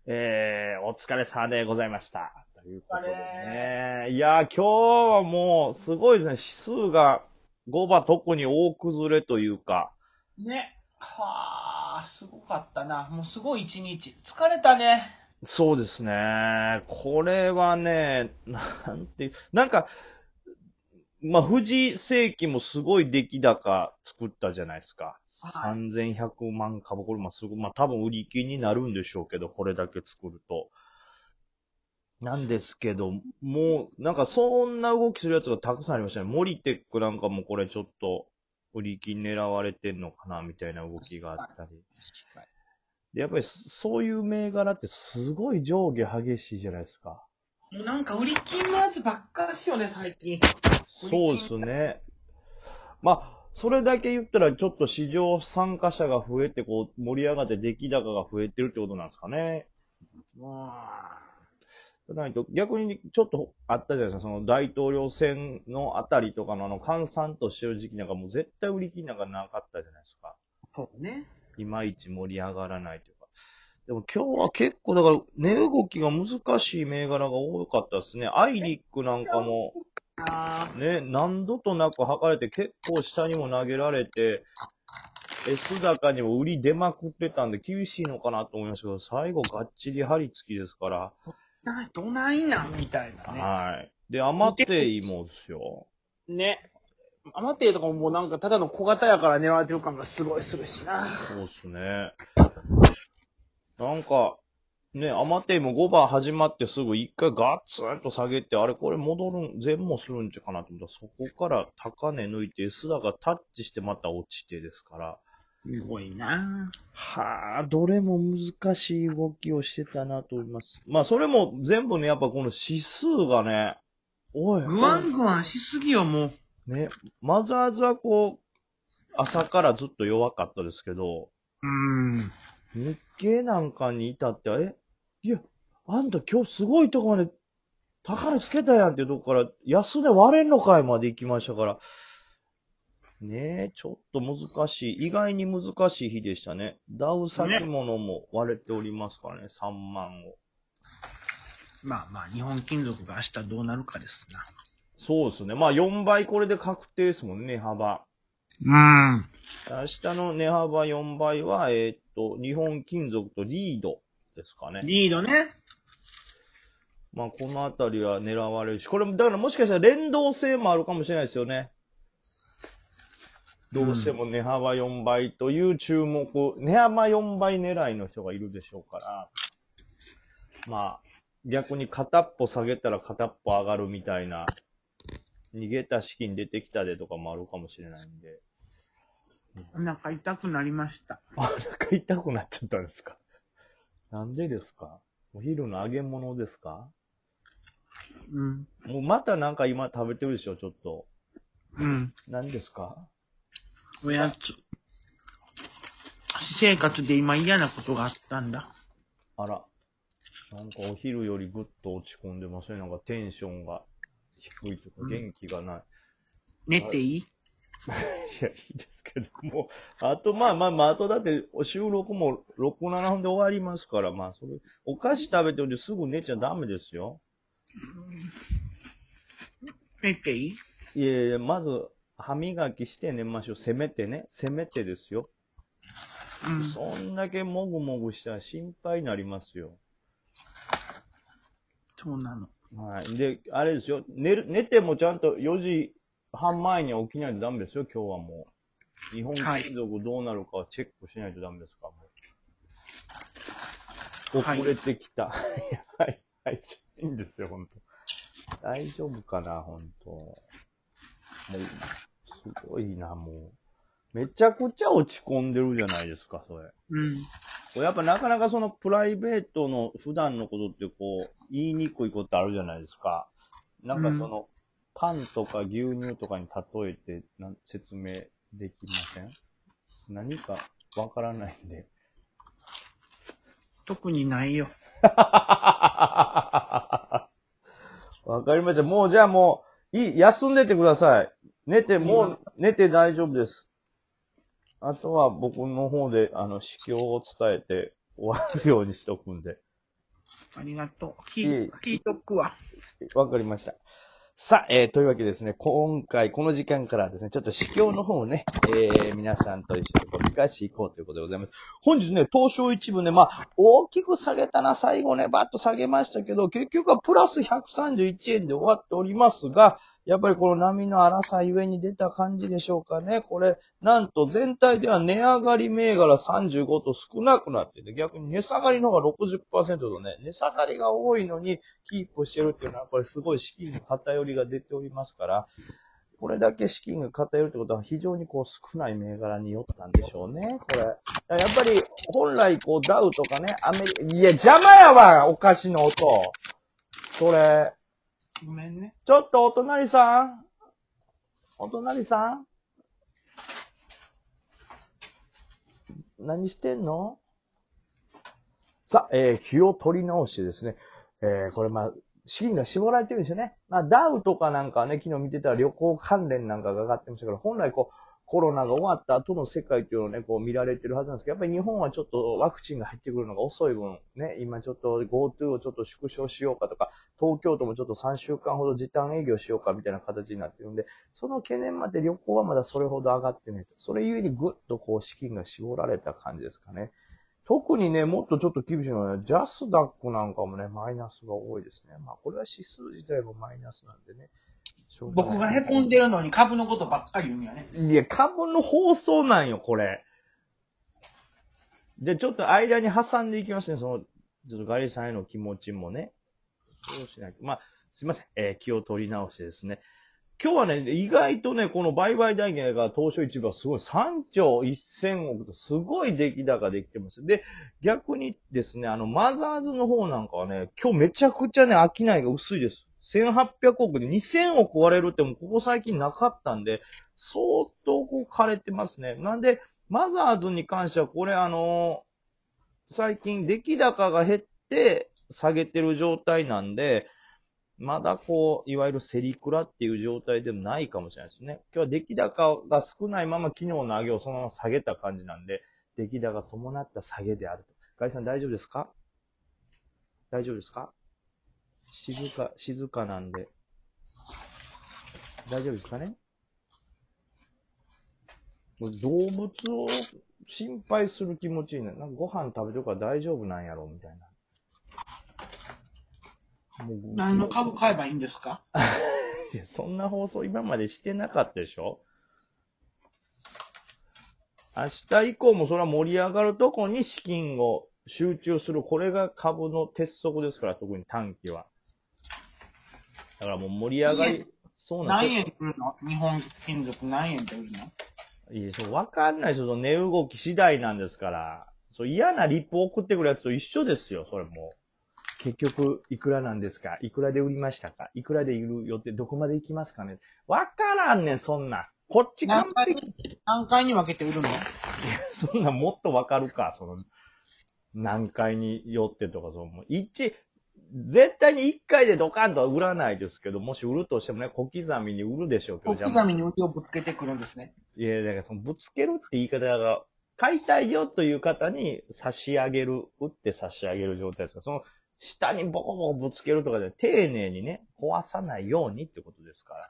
お疲れ様でございました。ということであね。いや、今日はもう、すごいですね。指数が5番特に大崩れというか。 ね。はあ、すごかったな。もうすごい一日。疲れたね。 そうですね。これはね、なんていう、なんか、まあ、富士世紀もすごい出来高作ったじゃないですか。 はい。 3100万株。これ、すごい、多分売り切りになるんでしょうけど、これだけ作ると。なんですけど、もう、なんかそんな動きするやつがたくさんありましたね。モリテックなんかもこれちょっと、売り切り狙われてんのかな、みたいな動きがあったり。 確かで、やっぱりそういう銘柄ってすごい上下激しいじゃないですか。 に。もうなんか売り金のやつばっかしよね、最近。売りそうで金。 すね。まあ、それだけ言ったらちょっと市場参加者が増えて、こう、盛り上がって出来高が増えてるってことなんですかね。ないと、逆にちょっとあったじゃないですか、その大統領選のあたりとかの閑散としてる時期なんかもう絶対売り切りなんかなかったじゃないですか。 そうね。 いまいち盛り上がらないというか。でも今日は結構だから値動きが難しい銘柄が多かったですね。アイリックなんかもあね、何度となく測れて結構下にも投げられて、S 高にも売り出まくってたんで厳しいのかなと思いましたけど、最後がっちり張り付きですから。 あ、どないなんみたいなね。 はい。で、アマテイもですよ。 ね。アマテイとかももうなんかただの小型やから狙われてる感がすごいするしな。 そうっすね。なんか、ね、アマテイも5番始まってすぐ一回ガッツンと下げて、あれこれ戻るん、全もするんちゃうかなと思ったら、そこから高値抜いて S 高タッチしてまた落ちてですから。 すごいな。 はあ、どれも難しい動きをしてたなと思います。まあ、それも全部ね、やっぱこの指数がね、おい、 グワングワンしすぎよ、もう。 ね、マザーズはこう、朝からずっと弱かったですけど、日経なんかに至っては、いや、あんた今日すごいとこまで高値つけたやんっていうとこから、安値割れんのかいまで行きましたから、ねえ、ちょっと難しい。意外に難しい日でしたね。ダウ先ね。 物も割れておりますからね、3万を。 まあまあ、日本金属が明日どうなるかですな。 そうですね。まあ4倍これで確定ですもんね、値幅。 うん。 明日の値幅4倍は、日本金属とリードですかね。 リードね。 まあこのあたりは狙われるし、これも、だからもしかしたら連動性もあるかもしれないですよね。どうしても値幅4倍という注目、値幅4倍狙いの人がいるでしょうから、まあ、逆に片っぽ下げたら片っぽ上がるみたいな、逃げた資金出てきたでとかもあるかもしれないんで。 お腹痛くなりました。 お腹痛くなっちゃったんですか？なんでですか？お昼の揚げ物ですか？ うん。 もうまたなんか今食べてるでしょ、ちょっと。 うん。 何ですか？ おやつ。私生活で今嫌なことがあったんだ。 あら。なんかお昼よりぐっと落ち込んでますね。なんかテンションが低いとか元気がない。 寝ていい？ いや、いいですけども。あと、まあ、あとだって収録も6、7分で終わりますから、まあ、それ、お菓子食べておいてすぐ寝ちゃダメですよ。 寝ていい？ いやいや、まず、歯磨きして寝ましょう。せめてね。せめてですよ。 うん。 そんだけもぐもぐしたら心配になりますよ。 そうなの。 はい。で、あれですよ。寝てもちゃんと4時半前には起きないとダメですよ、今日はもう。日本金属どうなるかはチェックしないとダメですから、もう。 はい。 遅れてきた。はい。はい。いいんですよ、本当。大丈夫かな、本当。もう、すごいな、もう。めちゃくちゃ落ち込んでるじゃないですか、それ。 うん。 これやっぱなかなかそのプライベートの普段のことってこう、言いにくいことあるじゃないですか。なんかその、パンとか牛乳とかに例えて説明できません？何かわからないんで。 特にないよ。 わかりました。もうじゃあもう、休んでてください。もう寝て大丈夫です。あとは僕の方で、指標を伝えて終わるようにしとくんで。 ありがとう。聞いとくわ。 わかりました。さあ、というわけでですね、今回この時間からですね、ちょっと指標の方をね、皆さんと一緒に理解していこうということでございます。本日ね、東証一部ね、大きく下げたな、最後ね、バッと下げましたけど、結局はプラス131円で終わっておりますが、やっぱりこの波の荒さゆえに出た感じでしょうかね。これ、なんと全体では値上がり銘柄35と少なくなってて、逆に値下がりの方が 60% とね、値下がりが多いのにキープしてるっていうのは、これすごい資金の偏りが出ておりますから、これだけ資金が偏るってことは非常に少ない銘柄によったんでしょうね、これ。やっぱり、本来ダウとかね、いや、邪魔やわ、お菓子の音。それ。 ごめんね。 ちょっとお隣さん何してんの？さあ、気を取り直してですね、これ資金が絞られてるんですよね。ダウとかなんかはね、昨日見てたら旅行関連なんかが上がってましたから、本来コロナが終わった後の世界っていうのをね、見られてるはずなんですけど、やっぱり日本はちょっとワクチンが入ってくるのが遅い分、ね、今ちょっと GoTo をちょっと縮小しようかとか、東京都もちょっと3週間ほど時短営業しようかみたいな形になってるんで、その懸念まで旅行はまだそれほど上がってないと。それゆえにぐっと資金が絞られた感じですかね。特にね、もっとちょっと厳しいのはね、ジャスダックなんかもね、マイナスが多いですね。これは指数自体もマイナスなんでね。 僕が凹んでるのに株のことばっかり言うんやね。 いや、株の放送なんよ、これ。で、ちょっと間に挟んでいきますね、ちょっとガリさんへの気持ちもね。そうしないと。すいません。気を取り直してですね。今日はね、意外とね、この売買代金が東証一部はすごい3兆1000億とすごい出来高できてます。で、逆にですね、マザーズの方なんかはね、今日めちゃくちゃね、商いが薄いです。1800億で2000億割れるってもここ最近なかったんで、相当枯れてますね。なんで、マザーズに関してはこれ最近出来高が減って下げてる状態なんで、まだいわゆるセリクラっていう状態でもないかもしれないですね。今日は出来高が少ないまま昨日の上げをそのまま下げた感じなんで、出来高伴った下げであると。ガイさん大丈夫ですか？大丈夫ですか？静かなんで。大丈夫ですかね？動物を心配する気持ちになる。ご飯食べてるから大丈夫なんやろみたいな。 何の株買えばいいんですか？ いや、そんな放送今までしてなかったでしょ？明日以降もそれは盛り上がるとこに資金を集中する。これが株の鉄則ですから、特に短期は。だからもう盛り上がり、 そうなんです。何円売るの？日本金属何円で売るの？ いや、わかんないですよ。値動き次第なんですから。嫌なリップ送ってくるやつと一緒ですよ、それも。結局、いくらなんですか？いくらで売りましたか？いくらで売る予定、どこまで行きますかね？わからんねん、そんな。こっち完璧。 何回に分けて売るの？いや、 そんなもっとわかるか、何回によってとか、絶対に1回でドカンとは売らないですけど、もし売るとしてもね、小刻みに売るでしょうけど。 小刻みに売りをぶつけてくるんですね。 いや、だからぶつけるって言い方が、買いたいよという方に差し上げる、売って差し上げる状態ですから、下にボコボコぶつけるとかで丁寧にね、壊さないようにってことですから。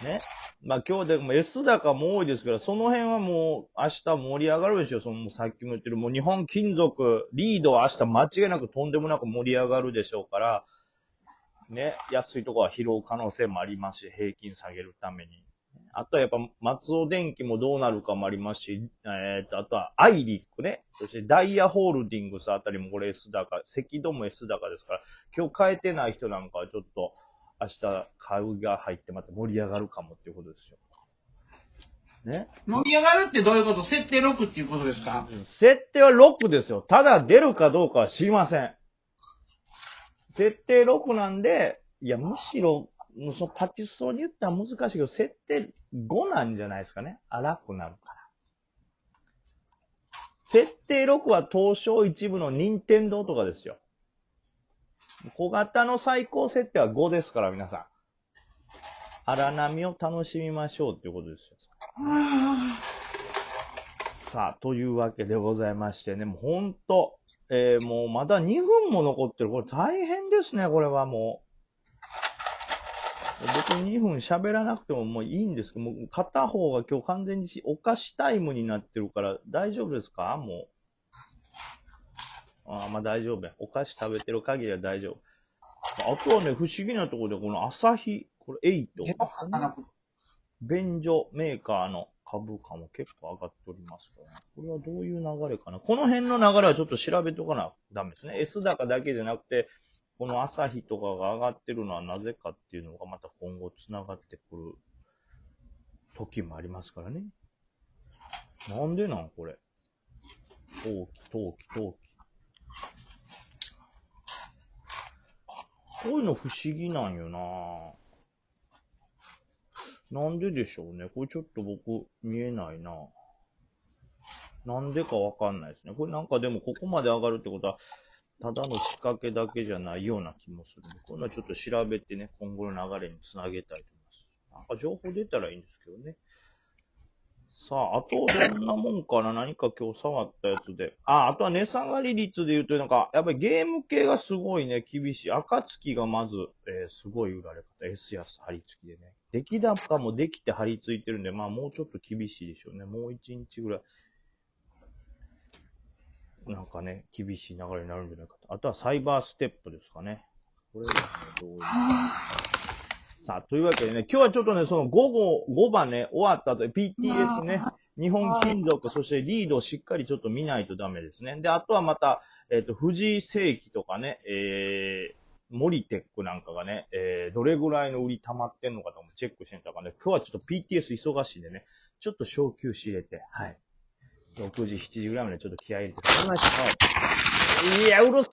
ね。今日でも S 高も多いですから、その辺はもう明日盛り上がるでしょ。さっきも言ってる、もう日本金属、リードは明日間違いなくとんでもなく盛り上がるでしょうから、ね、安いところは拾う可能性もありますし、平均下げるために。あとはやっぱ松尾電機もどうなるかもありますし、あとはアイリックね。そしてダイヤホールディングスあたりもこれ S 高、赤道も S 高ですから、今日買えてない人なんかはちょっと明日買うが入ってまた盛り上がるかもっていうことですよ。ね。 盛り上がるってどういうこと？設定6っていうことですか？ 設定は6ですよ。ただ出るかどうかは知りません。設定6なんで、いや、むしろ、パチスロに言ったら難しいけど、設定5なんじゃないですかね。荒くなるから。設定6は東証一部の任天堂とかですよ。小型の最高設定は5ですから、皆さん。荒波を楽しみましょうっていうことですよ。 さあ、というわけでございましてね、もうほんと、もうまだ2分も残ってる。これ大変ですね、これはもう。別に2分喋らなくてももういいんですけど、もう片方が今日完全にお菓子タイムになってるから大丈夫ですかもう。まあ大丈夫や。お菓子食べてる限りは大丈夫。あとはね、不思議なところで、このアサヒ、これ8。便所メーカーの株価も結構上がっておりますからね。これはどういう流れかな。この辺の流れはちょっと調べとかなダメですね。S 高だけじゃなくて、このアサヒとかが上がってるのはなぜかっていうのがまた今後繋がってくる時もありますからね。なんでなんこれ。陶器。こういうの不思議なんよな。なんででしょうね。これちょっと僕見えないな。なんでかわかんないですね。これなんかでもここまで上がるってことは、ただの仕掛けだけじゃないような気もするね。こういうのはちょっと調べてね、今後の流れにつなげたいと思います。なんか情報出たらいいんですけどね。さあ、あとどんなもんかな何か今日触ったやつで。あとは値下がり率で言うと、なんか、やっぱりゲーム系がすごいね、厳しい。暁がまず、すごい売られ方。S 安張り付きでね。出来高もできて張り付いてるんで、まあもうちょっと厳しいでしょうね。もう1日ぐらい。なんかね、厳しい流れになるんじゃないかと。あとはサイバーステップですかね。これはね、どういう。さあ、というわけでね、今日はちょっとね、その5番ね、終わった後、PTS ね、日本金属、そしてリードをしっかりちょっと見ないとダメですね。で、あとはまた、藤井世紀とかね、モリテックなんかがね、どれぐらいの売り溜まってんのかとかもチェックしてみたからね、今日はちょっと PTS 忙しいんでね、ちょっと小休止入れて、はい。6時、7時ぐらいまでちょっと気合い入れて、いや、うる